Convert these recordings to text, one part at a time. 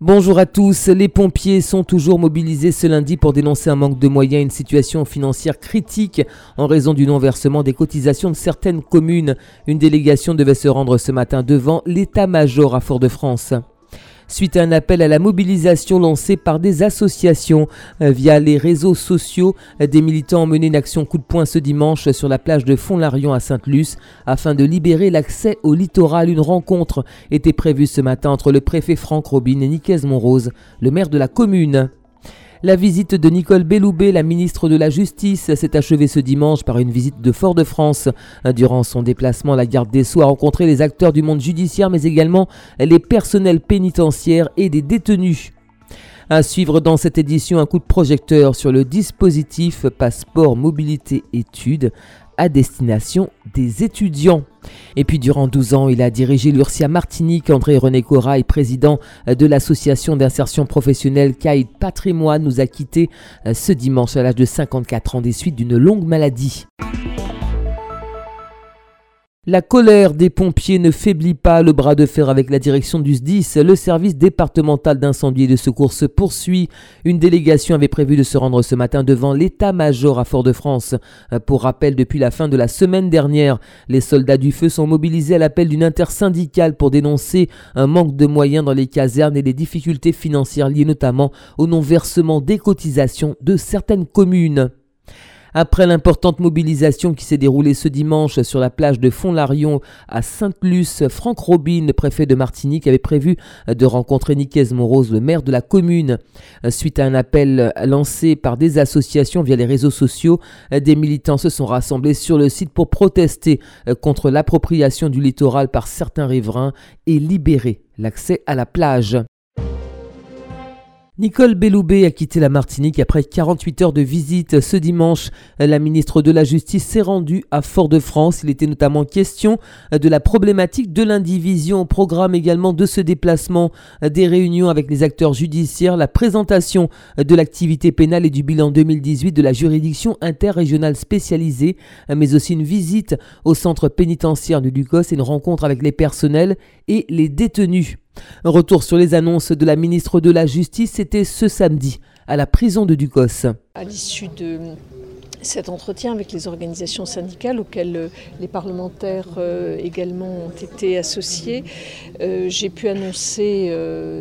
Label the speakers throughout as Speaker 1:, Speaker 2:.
Speaker 1: Bonjour à tous, les pompiers sont toujours mobilisés ce lundi pour dénoncer un manque de moyens et une situation financière critique en raison du non-versement des cotisations de certaines communes. Une délégation devait se rendre ce matin devant l'état-major à Fort-de-France. Suite à un appel à la mobilisation lancé par des associations via les réseaux sociaux, des militants ont mené une action coup de poing ce dimanche sur la plage de Font-Larion à Sainte-Luce afin de libérer l'accès au littoral. Une rencontre était prévue ce matin entre le préfet Franck Robine et Nicaise Monrose, le maire de la commune. La visite de Nicole Belloubet, la ministre de la Justice, s'est achevée ce dimanche par une visite de Fort-de-France. Durant son déplacement, la garde des Sceaux a rencontré les acteurs du monde judiciaire, mais également les personnels pénitentiaires et des détenus. À suivre dans cette édition, un coup de projecteur sur le dispositif Passeport Mobilité Études à destination des étudiants. Et puis durant 12 ans, il a dirigé l'URSSIA Martinique. André-René Corail, président de l'association d'insertion professionnelle CAID Patrimoine, nous a quittés ce dimanche à l'âge de 54 ans des suites d'une longue maladie. La colère des pompiers ne faiblit pas. Le bras de fer avec la direction du SDIS, le service départemental d'incendie et de secours, se poursuit. Une délégation avait prévu de se rendre ce matin devant l'état-major à Fort-de-France. Pour rappel, depuis la fin de la semaine dernière, les soldats du feu sont mobilisés à l'appel d'une intersyndicale pour dénoncer un manque de moyens dans les casernes et les difficultés financières liées notamment au non-versement des cotisations de certaines communes. Après l'importante mobilisation qui s'est déroulée ce dimanche sur la plage de Font-Larion à Sainte-Luce, Franck Robine, préfet de Martinique, avait prévu de rencontrer Nicaise Monrose, le maire de la commune. Suite à un appel lancé par des associations via les réseaux sociaux, des militants se sont rassemblés sur le site pour protester contre l'appropriation du littoral par certains riverains et libérer l'accès à la plage. Nicole Belloubet a quitté la Martinique après 48 heures de visite. Ce dimanche, la ministre de la Justice s'est rendue à Fort-de-France. Il était notamment question de la problématique de l'indivision. Au programme également de ce déplacement, des réunions avec les acteurs judiciaires, la présentation de l'activité pénale et du bilan 2018 de la juridiction interrégionale spécialisée, mais aussi une visite au centre pénitentiaire de Ducos et une rencontre avec les personnels et les détenus. Un retour sur les annonces de la ministre de la Justice, c'était ce samedi à la prison de Ducos.
Speaker 2: À l'issue de cet entretien avec les organisations syndicales auxquelles les parlementaires également ont été associés, j'ai pu annoncer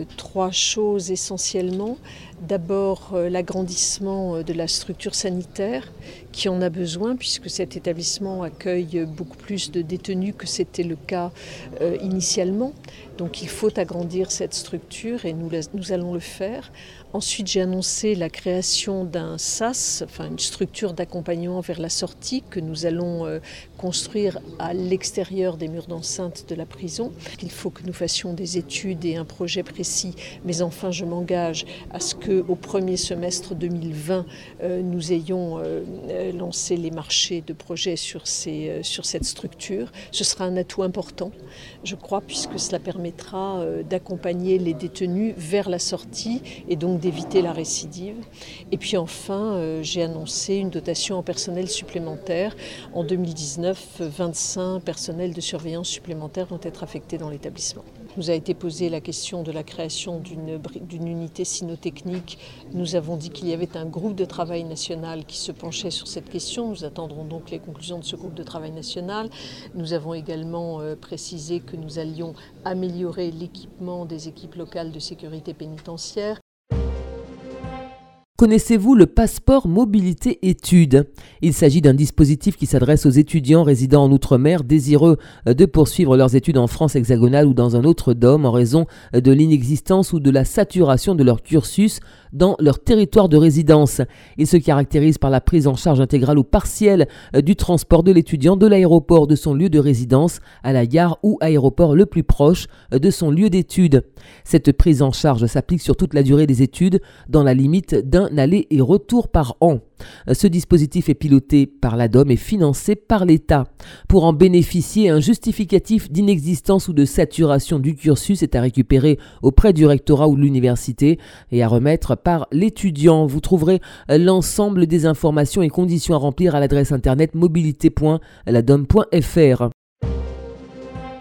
Speaker 2: 3 choses essentiellement. D'abord, l'agrandissement de la structure sanitaire qui en a besoin puisque cet établissement accueille beaucoup plus de détenus que c'était le cas initialement. Donc il faut agrandir cette structure et nous allons le faire. Ensuite, j'ai annoncé la création d'un SAS, enfin une structure d'accompagnement vers la sortie que nous allons construire à l'extérieur des murs d'enceinte de la prison. Il faut que nous fassions des études et un projet précis, mais enfin je m'engage à ce qu'au premier semestre 2020, nous ayons lancé les marchés de projets sur cette structure. Ce sera un atout important, je crois, puisque cela permettra d'accompagner les détenus vers la sortie et donc d'éviter la récidive. Et puis enfin, j'ai annoncé une dotation en personnel supplémentaire. En 2019, 25 personnels de surveillance supplémentaires vont être affectés dans l'établissement. Nous a été posée la question de la création d'une unité cynotechnique. Nous avons dit qu'il y avait un groupe de travail national qui se penchait sur cette question. Nous attendrons donc les conclusions de ce groupe de travail national. Nous avons également précisé que nous allions améliorer l'équipement des équipes locales de sécurité pénitentiaire.
Speaker 1: Connaissez-vous le passeport mobilité études ? Il s'agit d'un dispositif qui s'adresse aux étudiants résidant en Outre-mer désireux de poursuivre leurs études en France hexagonale ou dans un autre DOM en raison de l'inexistence ou de la saturation de leur cursus dans leur territoire de résidence. Il se caractérise par la prise en charge intégrale ou partielle du transport de l'étudiant de l'aéroport de son lieu de résidence à la gare ou aéroport le plus proche de son lieu d'études. Cette prise en charge s'applique sur toute la durée des études dans la limite d'un aller et retour par an. Ce dispositif est piloté par l'ADOM et financé par l'État. Pour en bénéficier, un justificatif d'inexistence ou de saturation du cursus est à récupérer auprès du rectorat ou de l'université et à remettre par l'étudiant. Vous trouverez l'ensemble des informations et conditions à remplir à l'adresse internet mobilité.ladom.fr.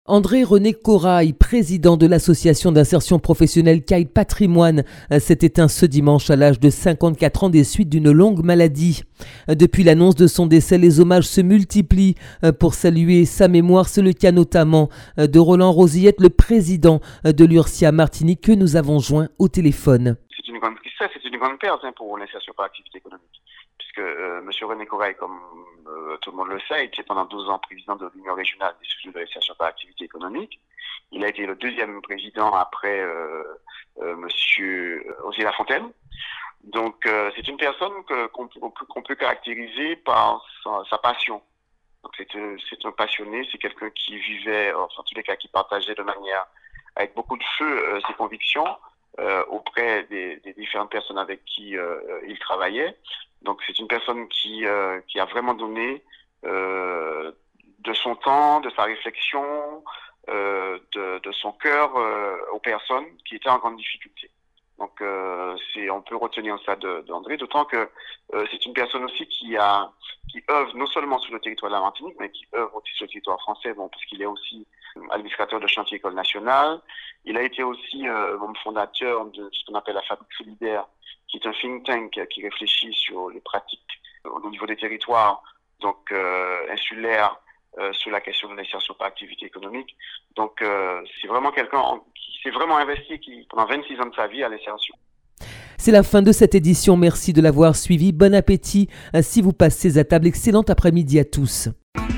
Speaker 1: André-René Corail, président de l'association d'insertion professionnelle CAI Patrimoine, s'est éteint ce dimanche à l'âge de 54 ans des suites d'une longue maladie. Depuis l'annonce de son décès, les hommages se multiplient pour saluer sa mémoire. C'est le cas notamment de Roland Rosillette, le président de l'URSSIA Martinique, que nous avavons joint au téléphone.
Speaker 3: C'est une grande perte pour l'insertion par activité économique. Puisque M. René Corail, comme tout le monde le sait, était pendant 12 ans président de l'Union régionale des structures de l'insertion par activité économique. Il a été le deuxième président après M. Osier Lafontaine. Donc c'est une personne qu'on peut caractériser par sa passion. Donc c'est un passionné, c'est quelqu'un qui vivait, en tous les cas, qui partageait de manière avec beaucoup de feu ses convictions auprès des différentes personnes avec qui il travaillait. Donc c'est une personne qui a vraiment donné de son temps, de sa réflexion, de son cœur aux personnes qui étaient en grande difficulté. Donc on peut retenir ça d'André, d'autant que c'est une personne aussi qui œuvre non seulement sur le territoire de la Martinique, mais qui œuvre aussi sur le territoire français, puisqu'il est aussi administrateur de chantier École nationale. Il a été aussi membre fondateur de ce qu'on appelle la Fabrique solidaire, qui est un think tank qui réfléchit sur les pratiques au niveau des territoires, donc insulaires, sur la question de l'insertion par activité économique. Donc c'est vraiment quelqu'un qui s'est vraiment investi pendant 26 ans de sa vie à l'insertion.
Speaker 1: C'est la fin de cette édition. Merci de l'avoir suivi. Bon appétit si vous passez à table. Excellent après-midi à tous.